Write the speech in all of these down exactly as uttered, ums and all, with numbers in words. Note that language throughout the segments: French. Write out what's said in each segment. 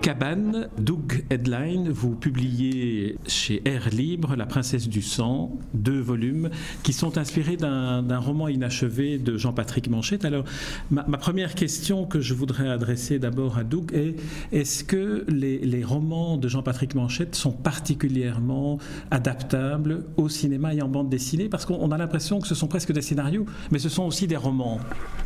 Cabane, Doug Hedline, vous publiez chez Air Libre La Princesse du Sang, deux volumes qui sont inspirés d'un, d'un roman inachevé de Jean-Patrick Manchette. Alors, ma, ma première question que je voudrais adresser d'abord à Doug est est-ce que les, les romans de Jean-Patrick Manchette sont particulièrement adaptables au cinéma et en bande dessinée? Parce qu'on a l'impression que ce sont presque des scénarios, mais ce sont aussi des romans.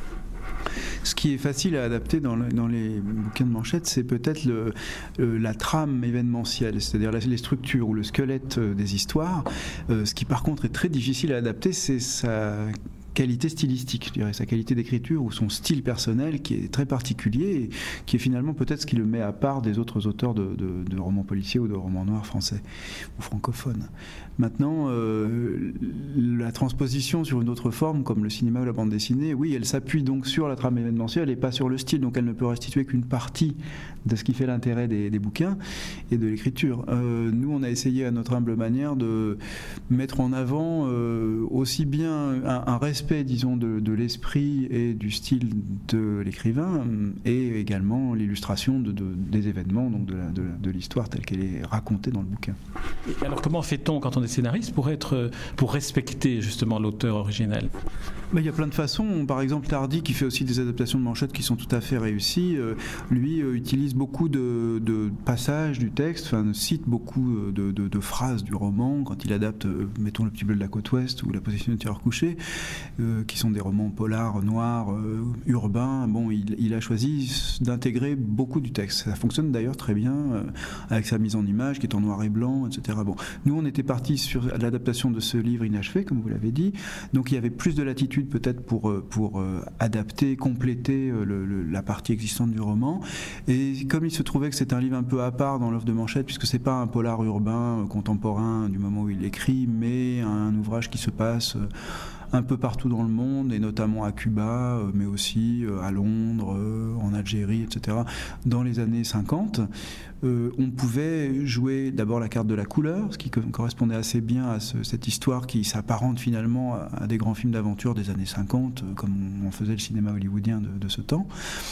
Ce qui est facile à adapter dans, le, dans les bouquins de Manchette, c'est peut-être le, le, la trame événementielle, c'est-à-dire la, les structures ou le squelette des histoires. Euh, ce qui par contre est très difficile à adapter, c'est sa qualité stylistique, je dirais, sa qualité d'écriture ou son style personnel qui est très particulier et qui est finalement peut-être ce qui le met à part des autres auteurs de, de, de romans policiers ou de romans noirs français ou francophones. Maintenant, euh, la transposition sur une autre forme, comme le cinéma ou la bande dessinée, oui, elle s'appuie donc sur la trame événementielle et pas sur le style, donc elle ne peut restituer qu'une partie de ce qui fait l'intérêt des, des bouquins et de l'écriture. Euh, nous, on a essayé à notre humble manière de mettre en avant euh, aussi bien un, un respect, disons, de, de l'esprit et du style de l'écrivain et également l'illustration de, de, des événements, donc de, la, de, de l'histoire telle qu'elle est racontée dans le bouquin. Et alors comment fait-on quand on est scénariste pour, être, pour respecter justement l'auteur original? Ben, il y a plein de façons. Par exemple, Tardy, qui fait aussi des adaptations de Manchette qui sont tout à fait réussies, euh, lui euh, utilise beaucoup de, de passages du texte, enfin, cite beaucoup de, de, de phrases du roman quand il adapte, euh, mettons, Le Petit Bleu de la Côte Ouest ou La Possession du tireur couché, euh, qui sont des romans polars, noirs, euh, urbains. Bon, il, il a choisi d'intégrer beaucoup du texte. Ça fonctionne d'ailleurs très bien euh, avec sa mise en image qui est en noir et blanc, et cetera. Bon, nous, on était partis sur l'adaptation de ce livre inachevé, comme vous l'avez dit. Donc, il y avait plus de latitude peut-être pour, pour euh, adapter, compléter euh, le, le, la partie existante du roman. Et comme il se trouvait que c'est un livre un peu à part dans l'œuvre de Manchette, puisque c'est pas un polar urbain euh, contemporain du moment où il écrit, mais un ouvrage qui se passe euh, un peu partout dans le monde, et notamment à Cuba, euh, mais aussi euh, à Londres, euh, en Algérie, et cetera, dans les années cinquante. Euh, on pouvait jouer d'abord la carte de la couleur, ce qui co- correspondait assez bien à ce, cette histoire qui s'apparente finalement à, à des grands films d'aventure des années cinquante, euh, comme on, on faisait le cinéma hollywoodien de, de ce temps.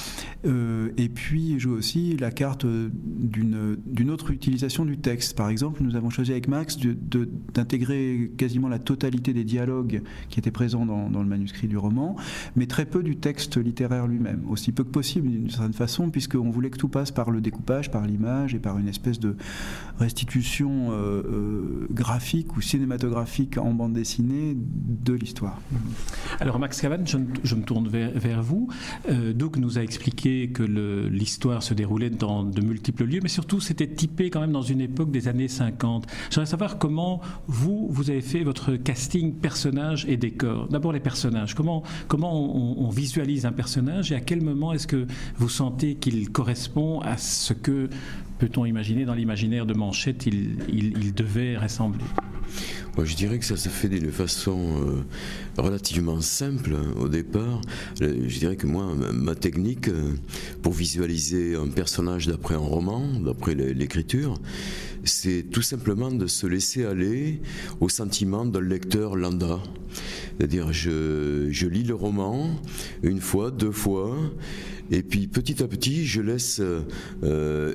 Euh, et puis jouer aussi la carte d'une, d'une autre utilisation du texte. Par exemple, nous avons choisi avec Max de, de, d'intégrer quasiment la totalité des dialogues qui étaient présents dans, dans le manuscrit du roman, mais très peu du texte littéraire lui-même, aussi peu que possible d'une certaine façon, puisqu'on voulait que tout passe par le découpage, par l'image, et par une espèce de restitution euh, euh, graphique ou cinématographique en bande dessinée de l'histoire. Alors Max Cabane, je, je me tourne vers, vers vous. Euh, Doug nous a expliqué que le, l'histoire se déroulait dans de multiples lieux, mais surtout c'était typé quand même dans une époque des années cinquante. J'aimerais savoir comment vous, vous avez fait votre casting personnage et décor. D'abord les personnages. Comment, comment on, on visualise un personnage et à quel moment est-ce que vous sentez qu'il correspond à ce que peut-on imaginer dans l'imaginaire de Manchette, il, il, il devait ressembler? Moi, je dirais que ça se fait d'une façon euh, relativement simple hein, au départ. Je dirais que moi, ma technique euh, pour visualiser un personnage d'après un roman, d'après l'écriture, c'est tout simplement de se laisser aller au sentiment d'un lecteur lambda. C'est-à-dire, je, je lis le roman une fois, deux fois, et puis petit à petit, je laisse euh,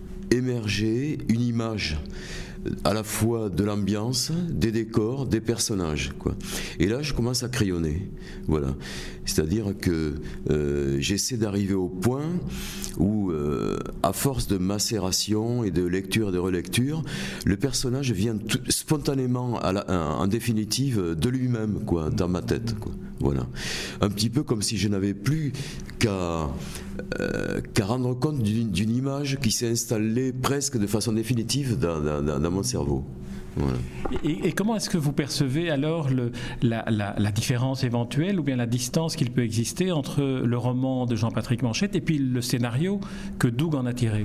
émerger une image à la fois de l'ambiance, des décors, des personnages, quoi. Et là, je commence à crayonner. Voilà. C'est-à-dire que euh, j'essaie d'arriver au point où, euh, à force de macération et de lecture et de relecture, le personnage vient tout, spontanément, à la, en définitive, de lui-même, quoi, dans ma tête, quoi. Voilà. Un petit peu comme si je n'avais plus qu'à, euh, qu'à rendre compte d'une, d'une image qui s'est installée presque de façon définitive dans, dans, dans mon cerveau. Voilà. Et, et comment est-ce que vous percevez alors le, la, la, la différence éventuelle ou bien la distance qu'il peut exister entre le roman de Jean-Patrick Manchette et puis le scénario que Doug en a tiré?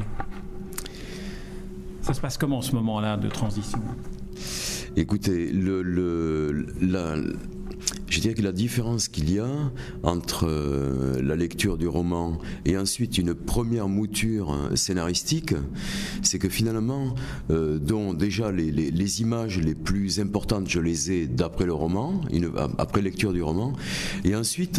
Ça se passe comment ce moment-là de transition? Écoutez, le, le, la, je dirais que la différence qu'il y a entre euh, la lecture du roman et ensuite une première mouture hein, scénaristique, c'est que finalement, euh, dont déjà les, les, les images les plus importantes, je les ai d'après le roman, une, après lecture du roman, et ensuite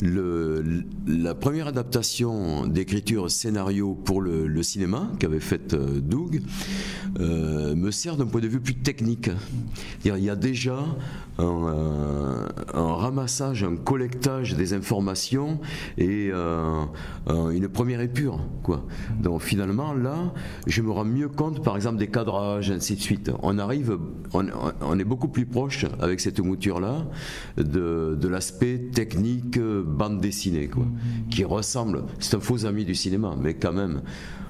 le, la première adaptation d'écriture scénario pour le, le cinéma qu'avait faite euh, Doug euh, me sert d'un point de vue plus technique. Il y a déjà un, un, un ramassage, un collectage des informations et euh, une première épure, quoi. Donc finalement là, je me rends mieux compte, par exemple des cadrages, ainsi de suite. On arrive, on, on est beaucoup plus proche avec cette mouture-là de, de l'aspect technique bande dessinée, quoi, qui ressemble. C'est un faux ami du cinéma, mais quand même.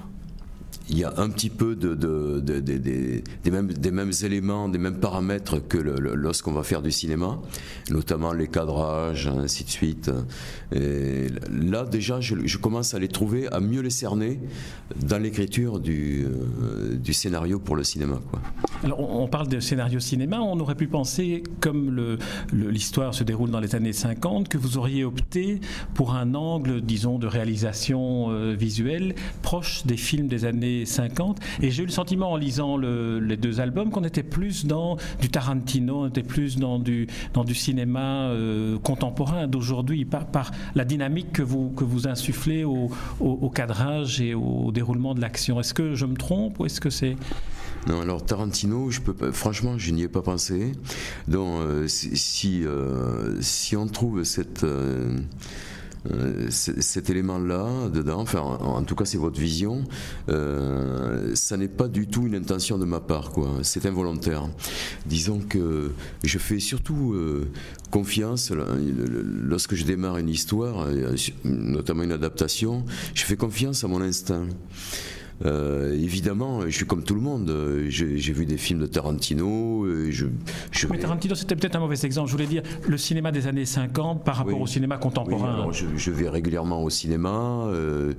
Il y a un petit peu de, de, de, de, de, des, mêmes, des mêmes éléments, des mêmes paramètres que le, le, lorsqu'on va faire du cinéma, notamment les cadrages, ainsi de suite. Et là, déjà, je, je commence à les trouver, à mieux les cerner dans l'écriture du, euh, du scénario pour le cinéma, quoi. Alors, on parle de scénario cinéma, on aurait pu penser, comme le, le, l'histoire se déroule dans les années cinquante, que vous auriez opté pour un angle, disons, de réalisation euh, visuelle proche des films des années cinquante. Et j'ai eu le sentiment, en lisant le, les deux albums, qu'on était plus dans du Tarantino, on était plus dans du, dans du cinéma euh, contemporain d'aujourd'hui, par, par la dynamique que vous, que vous insufflez au, au, au cadrage et au déroulement de l'action. Est-ce que je me trompe ou est-ce que c'est... Non, alors Tarantino, je peux, franchement, je n'y ai pas pensé. Donc, euh, si, si, euh, si on trouve cette, euh, euh, cet élément-là dedans, enfin, en, en tout cas, c'est votre vision, euh, ça n'est pas du tout une intention de ma part, quoi. C'est involontaire. Disons que je fais surtout euh, confiance lorsque je démarre une histoire, notamment une adaptation. Je fais confiance à mon instinct. Euh, évidemment, je suis comme tout le monde. J'ai, j'ai vu des films de Tarantino. Je, je... Mais Tarantino, c'était peut-être un mauvais exemple. Je voulais dire le cinéma des années cinquante par rapport oui. au cinéma contemporain. Oui, alors je, je vais régulièrement au cinéma. Euh,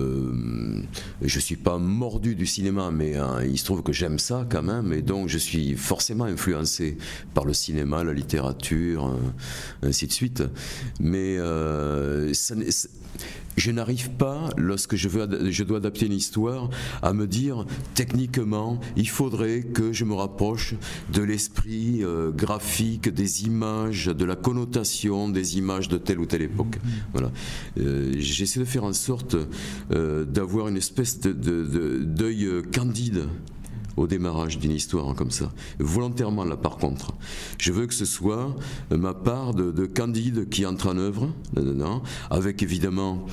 euh, je suis pas mordu du cinéma, mais hein, il se trouve que j'aime ça quand même, et donc je suis forcément influencé par le cinéma, la littérature, euh, ainsi de suite. Mais euh, ça, ça, je n'arrive pas, lorsque je, veux, je dois adapter une histoire, à me dire techniquement il faudrait que je me rapproche de l'esprit euh, graphique, des images, de la connotation des images de telle ou telle époque. Voilà. Euh, j'essaie de faire en sorte euh, d'avoir une espèce de, de, de, d'œil candide au démarrage d'une histoire comme ça, volontairement là par contre. Je veux que ce soit ma part de, de candide qui entre en œuvre là-dedans, avec évidemment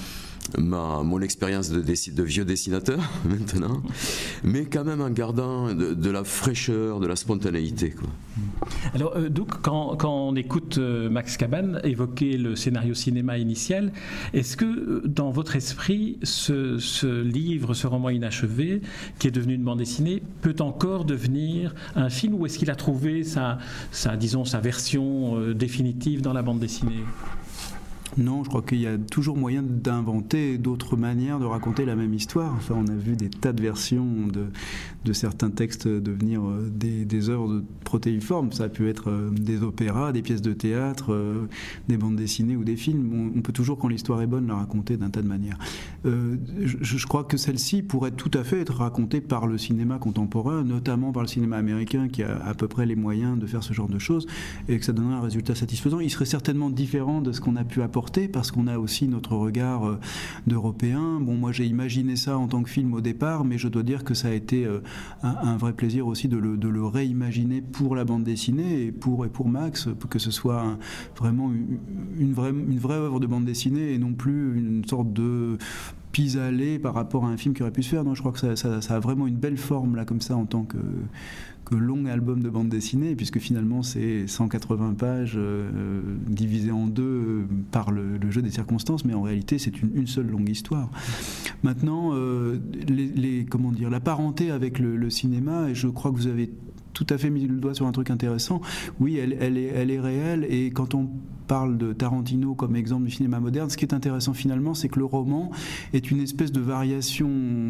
Ma, mon expérience de, dessin, de vieux dessinateur maintenant, mais quand même en gardant de, de la fraîcheur, de la spontanéité, quoi. Alors, euh, donc, quand, quand on écoute euh, Max Cabane évoquer le scénario cinéma initial, est-ce que euh, dans votre esprit, ce, ce livre, ce roman inachevé, qui est devenu une bande dessinée, peut encore devenir un film, ou est-ce qu'il a trouvé sa, sa, disons, sa version euh, définitive dans la bande dessinée ? Non, je crois qu'il y a toujours moyen d'inventer d'autres manières de raconter la même histoire. Enfin, on a vu des tas de versions de, de certains textes devenir des, des œuvres protéiformes. Ça a pu être des opéras, des pièces de théâtre, des bandes dessinées ou des films. On peut toujours, quand l'histoire est bonne, la raconter d'un tas de manières. Euh, je, je crois que celle-ci pourrait tout à fait être racontée par le cinéma contemporain, notamment par le cinéma américain qui a à peu près les moyens de faire ce genre de choses, et que ça donnerait un résultat satisfaisant. Il serait certainement différent de ce qu'on a pu apporter, parce qu'on a aussi notre regard euh, d'Européens. Bon, moi j'ai imaginé ça en tant que film au départ, mais je dois dire que ça a été euh, un, un vrai plaisir aussi de le, de le réimaginer pour la bande dessinée et pour, et pour Max, pour que ce soit un, vraiment une, une, vraie, une vraie œuvre de bande dessinée et non plus une sorte de pis-aller par rapport à un film qui aurait pu se faire. Non, je crois que ça, ça, ça a vraiment une belle forme là comme ça en tant que, que long album de bande dessinée, puisque finalement c'est cent quatre-vingts pages euh, divisées en deux euh, par le, le jeu des circonstances, mais en réalité c'est une, une seule longue histoire. Maintenant, euh, les, les, comment dire, la parenté avec le, le cinéma, et je crois que vous avez tout à fait mis le doigt sur un truc intéressant. Oui, elle, elle, est, elle est réelle, et quand on parle de Tarantino comme exemple du cinéma moderne, ce qui est intéressant finalement, c'est que le roman est une espèce de variation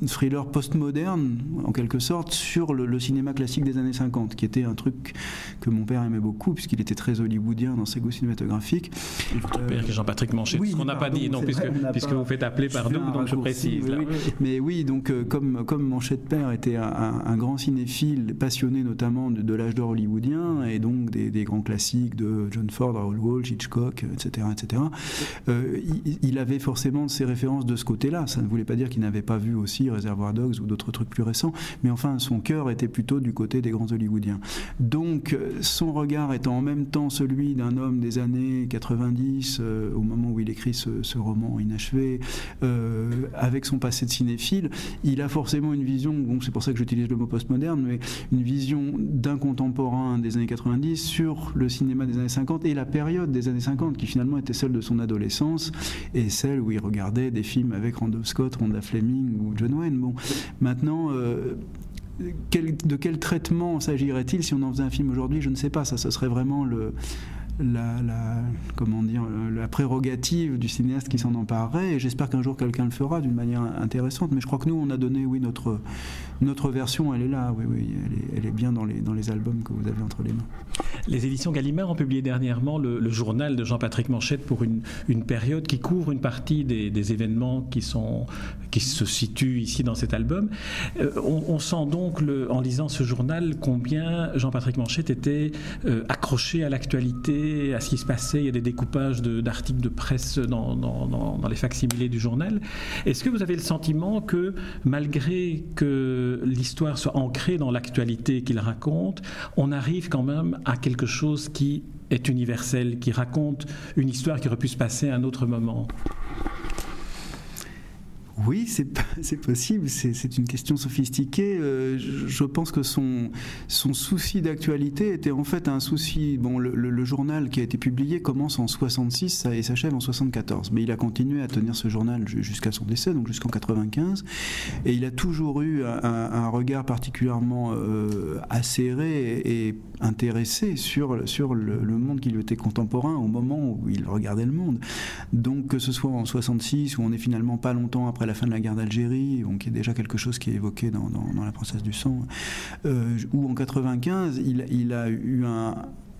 thriller postmoderne, en quelque sorte, sur le, le cinéma classique des années cinquante, qui était un truc que mon père aimait beaucoup, puisqu'il était très hollywoodien dans ses goûts cinématographiques. Et votre euh, père, Jean-Patrick Manchet, oui, ce qu'on n'a pas dit, non, puisque, vrai, puisque pas, vous faites appeler par nous, donc raccourci, je précise. Oui, oui. Mais oui, donc euh, comme, comme Manchet de père était un, un, un grand cinéphile, passionné notamment de, de l'âge d'or hollywoodien, et donc des, des grands classiques de John Ford, Raoul Walsh, Hitchcock, et cetera, et cetera. Euh, il, il avait forcément ses références de ce côté-là. Ça ne voulait pas dire qu'il n'avait pas vu aussi Reservoir Dogs ou d'autres trucs plus récents, mais enfin, son cœur était plutôt du côté des grands hollywoodiens. Donc, son regard étant en même temps celui d'un homme des années quatre-vingt-dix, euh, au moment où il écrit ce, ce roman inachevé, euh, avec son passé de cinéphile, il a forcément une vision, bon, c'est pour ça que j'utilise le mot postmoderne, mais une vision d'un contemporain des années quatre-vingt-dix sur le cinéma des années cinquante et la période des années cinquante, qui finalement était celle de son adolescence et celle où il regardait des films avec Randolph Scott, Rhonda Fleming ou John Wayne. Bon, maintenant, euh, quel, de quel traitement s'agirait-il si on en faisait un film aujourd'hui? Je ne sais pas. Ça, ce serait vraiment le... La, la, comment dire, la prérogative du cinéaste qui s'en emparerait, et j'espère qu'un jour quelqu'un le fera d'une manière intéressante, mais je crois que nous on a donné, oui, notre, notre version, elle est là, oui, oui, elle est, elle est bien dans les, dans les albums que vous avez entre les mains. Les éditions Gallimard ont publié dernièrement le, le journal de Jean-Patrick Manchette pour une, une période qui couvre une partie des, des événements qui, sont, qui se situent ici dans cet album. Euh, on, on sent donc, le, en lisant ce journal, combien Jean-Patrick Manchette était euh, accroché à l'actualité, à ce qui se passait. Il y a des découpages de, d'articles de presse dans, dans, dans, dans les facsimilés du journal. Est-ce que vous avez le sentiment que, malgré que l'histoire soit ancrée dans l'actualité qu'il raconte, on arrive quand même à quelque chose qui est universel, qui raconte une histoire qui aurait pu se passer à un autre moment? Oui, c'est, c'est possible, c'est, c'est une question sophistiquée. Euh, je, je pense que son, son souci d'actualité était en fait un souci... Bon, le, le, le journal qui a été publié commence en soixante-six et s'achève en soixante-quatorze, mais il a continué à tenir ce journal jusqu'à son décès, donc jusqu'en quatre-vingt-quinze, et il a toujours eu un, un regard particulièrement euh, acéré et, et intéressé sur, sur le, le monde qui lui était contemporain au moment où il regardait le monde. Donc que ce soit en soixante-six, où on est finalement pas longtemps après la fin de la guerre d'Algérie, donc il y a déjà quelque chose qui est évoqué dans, dans, dans La Princesse du Sang, euh, ou en quatre-vingt-quinze, il, il a eu un...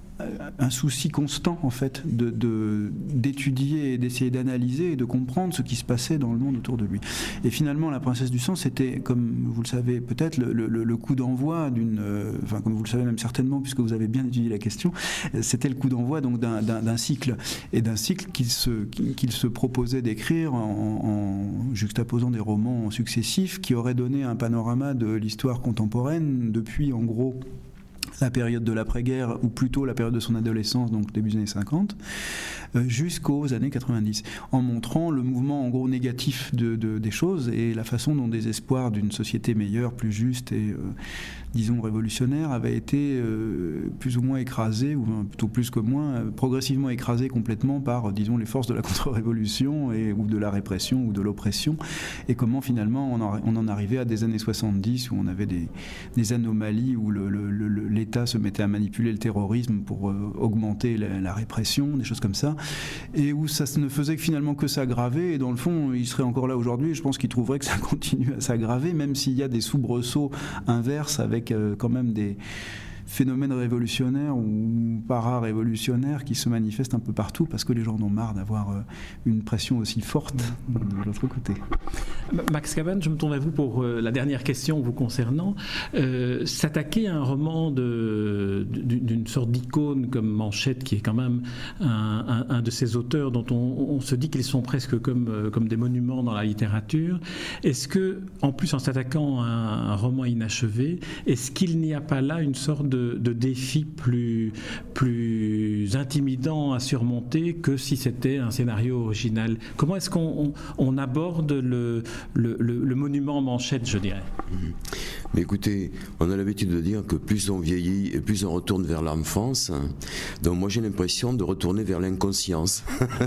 un souci constant en fait de, de, d'étudier et d'essayer d'analyser et de comprendre ce qui se passait dans le monde autour de lui. Et finalement, La Princesse du Sang, c'était, comme vous le savez peut-être, le, le, le coup d'envoi d'une, euh, enfin comme vous le savez même certainement puisque vous avez bien étudié la question, c'était le coup d'envoi donc d'un, d'un, d'un cycle et d'un cycle qu'il se, qu'il se proposait d'écrire en, en juxtaposant des romans successifs qui auraient donné un panorama de l'histoire contemporaine depuis en gros la période de l'après-guerre, ou plutôt la période de son adolescence, donc début des années cinquante, euh, jusqu'aux années quatre-vingt-dix, en montrant le mouvement en gros négatif de, de, des choses et la façon dont des espoirs d'une société meilleure, plus juste et, euh, disons, révolutionnaire, avaient été euh, plus ou moins écrasés, ou plutôt plus que moins, euh, progressivement écrasés complètement par, euh, disons, les forces de la contre-révolution et, ou de la répression ou de l'oppression, et comment finalement on en, on en arrivait à des années soixante-dix où on avait des, des anomalies où le, le, le, l'État se mettait à manipuler le terrorisme pour euh, augmenter la, la répression, des choses comme ça, et où ça ne faisait que finalement que s'aggraver, et dans le fond, il serait encore là aujourd'hui, et je pense qu'il trouverait que ça continue à s'aggraver, même s'il y a des soubresauts inverses avec euh, quand même des phénomènes révolutionnaires ou para-révolutionnaires qui se manifestent un peu partout parce que les gens en ont marre d'avoir euh, une pression aussi forte de l'autre côté. Max Cabane, je me tourne à vous pour euh, la dernière question vous concernant. Euh, s'attaquer à un roman de, d'une sorte d'icône comme Manchette, qui est quand même un, un, un de ces auteurs dont on, on se dit qu'ils sont presque comme, euh, comme des monuments dans la littérature, est-ce que, en plus en s'attaquant à un, un roman inachevé, est-ce qu'il n'y a pas là une sorte de De, de défis plus, plus intimidants à surmonter que si c'était un scénario original? Comment est-ce qu'on on, on aborde le, le, le, le monument Manchette, je dirais? Mais écoutez, on a l'habitude de dire que plus on vieillit et plus on retourne vers l'enfance. Donc moi j'ai l'impression de retourner vers l'inconscience.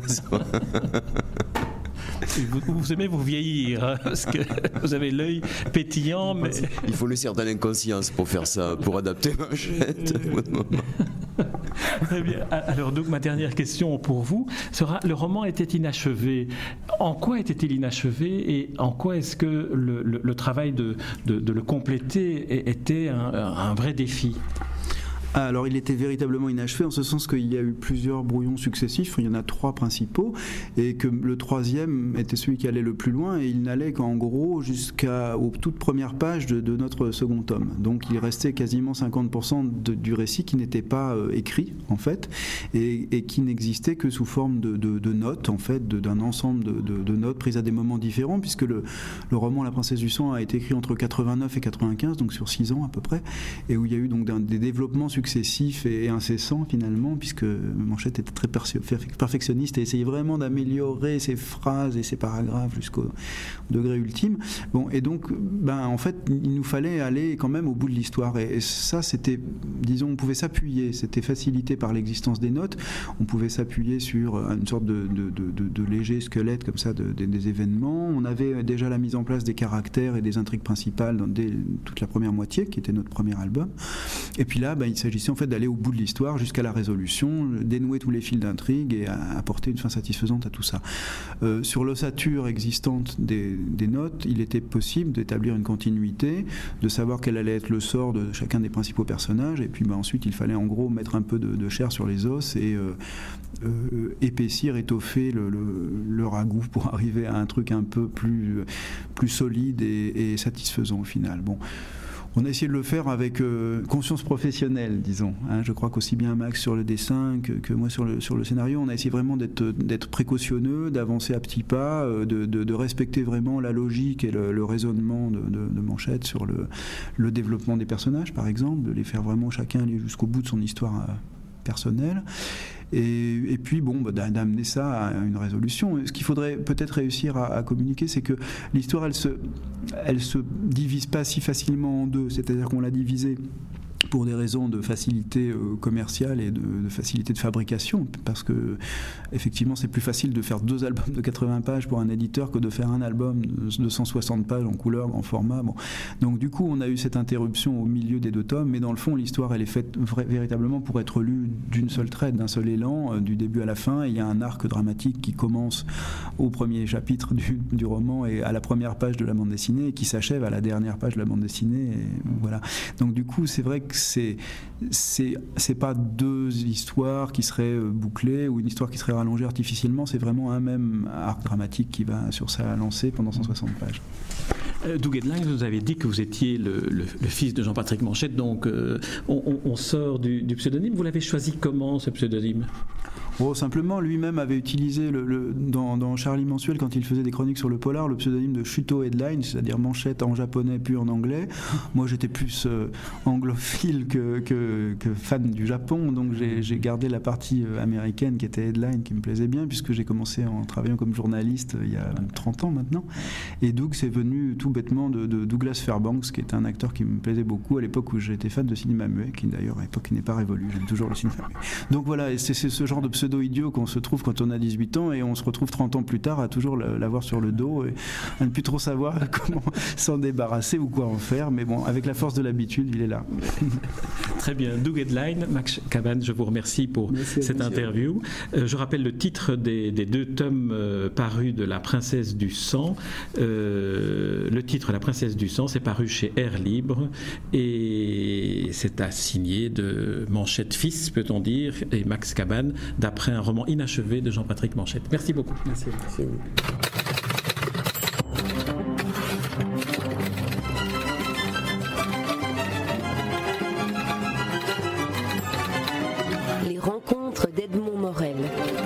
Vous, vous aimez vous vieillir, hein, parce que vous avez l'œil pétillant, mais... Il faut le certaine inconscience pour faire ça, pour adapter Manchette. Très bien. Alors donc ma dernière question pour vous sera, le roman était inachevé. En quoi était-il inachevé et en quoi est-ce que le, le, le travail de, de, de le compléter était un, un vrai défi ? Ah, alors il était véritablement inachevé en ce sens qu'il y a eu plusieurs brouillons successifs, il y en a trois principaux, et que le troisième était celui qui allait le plus loin, et il n'allait qu'en gros jusqu'aux toutes premières pages de, de notre second tome. Donc il restait quasiment cinquante pour cent de, du récit qui n'était pas euh, écrit en fait, et, et qui n'existait que sous forme de, de, de notes en fait, de, d'un ensemble de, de, de notes prises à des moments différents, puisque le, le roman La Princesse du Sang a été écrit entre quatre-vingt-neuf et quatre-vingt-quinze, donc sur six ans à peu près, et où il y a eu donc des développements successifs successif et incessant finalement, puisque Manchette était très perfectionniste et essayait vraiment d'améliorer ses phrases et ses paragraphes jusqu'au degré ultime. Bon, et donc, ben, en fait, il nous fallait aller quand même au bout de l'histoire. Et, et ça, c'était, disons, on pouvait s'appuyer, c'était facilité par l'existence des notes, on pouvait s'appuyer sur une sorte de, de, de, de, de léger squelette comme ça de, de, des événements. On avait déjà la mise en place des caractères et des intrigues principales dans dès toute la première moitié, qui était notre premier album. Et puis là, ben, il s'agissait en fait d'aller au bout de l'histoire jusqu'à la résolution, dénouer tous les fils d'intrigue et apporter une fin satisfaisante à tout ça. Euh, sur l'ossature existante des, des notes, il était possible d'établir une continuité, de savoir quel allait être le sort de chacun des principaux personnages, et puis ben, ensuite il fallait en gros mettre un peu de, de chair sur les os et euh, euh, épaissir, étoffer le, le, le ragoût pour arriver à un truc un peu plus, plus solide et, et satisfaisant au final. Bon. On a essayé de le faire avec euh, conscience professionnelle, disons. Hein, je crois qu'aussi bien Max sur le dessin que, que moi sur le, sur le scénario, on a essayé vraiment d'être, d'être précautionneux, d'avancer à petits pas, euh, de, de, de respecter vraiment la logique et le, le raisonnement de, de, de Manchette sur le, le développement des personnages, par exemple, de les faire vraiment chacun aller jusqu'au bout de son histoire euh, personnelle. Et, et puis, bon, bah, d'amener ça à une résolution. Ce qu'il faudrait peut-être réussir à, à communiquer, c'est que l'histoire, elle se, elle se divise pas si facilement en deux. C'est-à-dire qu'on l'a divisée pour des raisons de facilité euh, commerciale et de, de facilité de fabrication, parce que effectivement c'est plus facile de faire deux albums de quatre-vingts pages pour un éditeur que de faire un album de cent soixante pages en couleur, en format. Bon. Donc du coup on a eu cette interruption au milieu des deux tomes, mais dans le fond l'histoire elle est faite vra- véritablement pour être lue d'une seule traite, d'un seul élan, euh, du début à la fin. Et il y a un arc dramatique qui commence au premier chapitre du, du roman et à la première page de la bande dessinée, et qui s'achève à la dernière page de la bande dessinée. Et voilà. Donc du coup c'est vrai que c'est, c'est, c'est pas deux histoires qui seraient bouclées ou une histoire qui serait rallongée artificiellement, c'est vraiment un même arc dramatique qui va sur sa lancée pendant cent soixante pages. Euh, Doug Edline, vous avez dit que vous étiez le, le, le fils de Jean-Patrick Manchette, donc euh, on, on, on sort du, du pseudonyme. Vous l'avez choisi comment, ce pseudonyme ? Oh, simplement, lui-même avait utilisé le, le, dans, dans Charlie Mensuel, quand il faisait des chroniques sur le polar, le pseudonyme de Shuto Headline, c'est-à-dire Manchette en japonais puis en anglais. Moi, j'étais plus euh, anglophile que, que, que fan du Japon, donc j'ai, j'ai gardé la partie euh, américaine qui était Headline, qui me plaisait bien, puisque j'ai commencé en travaillant comme journaliste euh, il y a trente ans maintenant. Et Doug, c'est venu tout bêtement de, de Douglas Fairbanks, qui est un acteur qui me plaisait beaucoup à l'époque où j'étais fan de cinéma muet, qui d'ailleurs à l'époque n'est pas révolu, j'aime toujours le cinéma muet. Donc voilà, et c'est, c'est ce genre de pseudo pseudo-idiot qu'on se trouve quand on a dix-huit ans et on se retrouve trente ans plus tard à toujours l'avoir sur le dos et à ne plus trop savoir comment s'en débarrasser ou quoi en faire. Mais bon, avec la force de l'habitude, il est là. Très bien. Doug Edline, Max Caban, je vous remercie pour merci cette merci interview. Euh, je rappelle le titre des, des deux tomes euh, parus de La Princesse du Sang. Euh, le titre La Princesse du Sang, c'est paru chez Air Libre et c'est à signer de Manchette fils, peut-on dire, et Max Caban, d'après un roman inachevé de Jean-Patrick Manchette. Merci beaucoup. Merci. Merci à vous. Les rencontres d'Edmond Morel.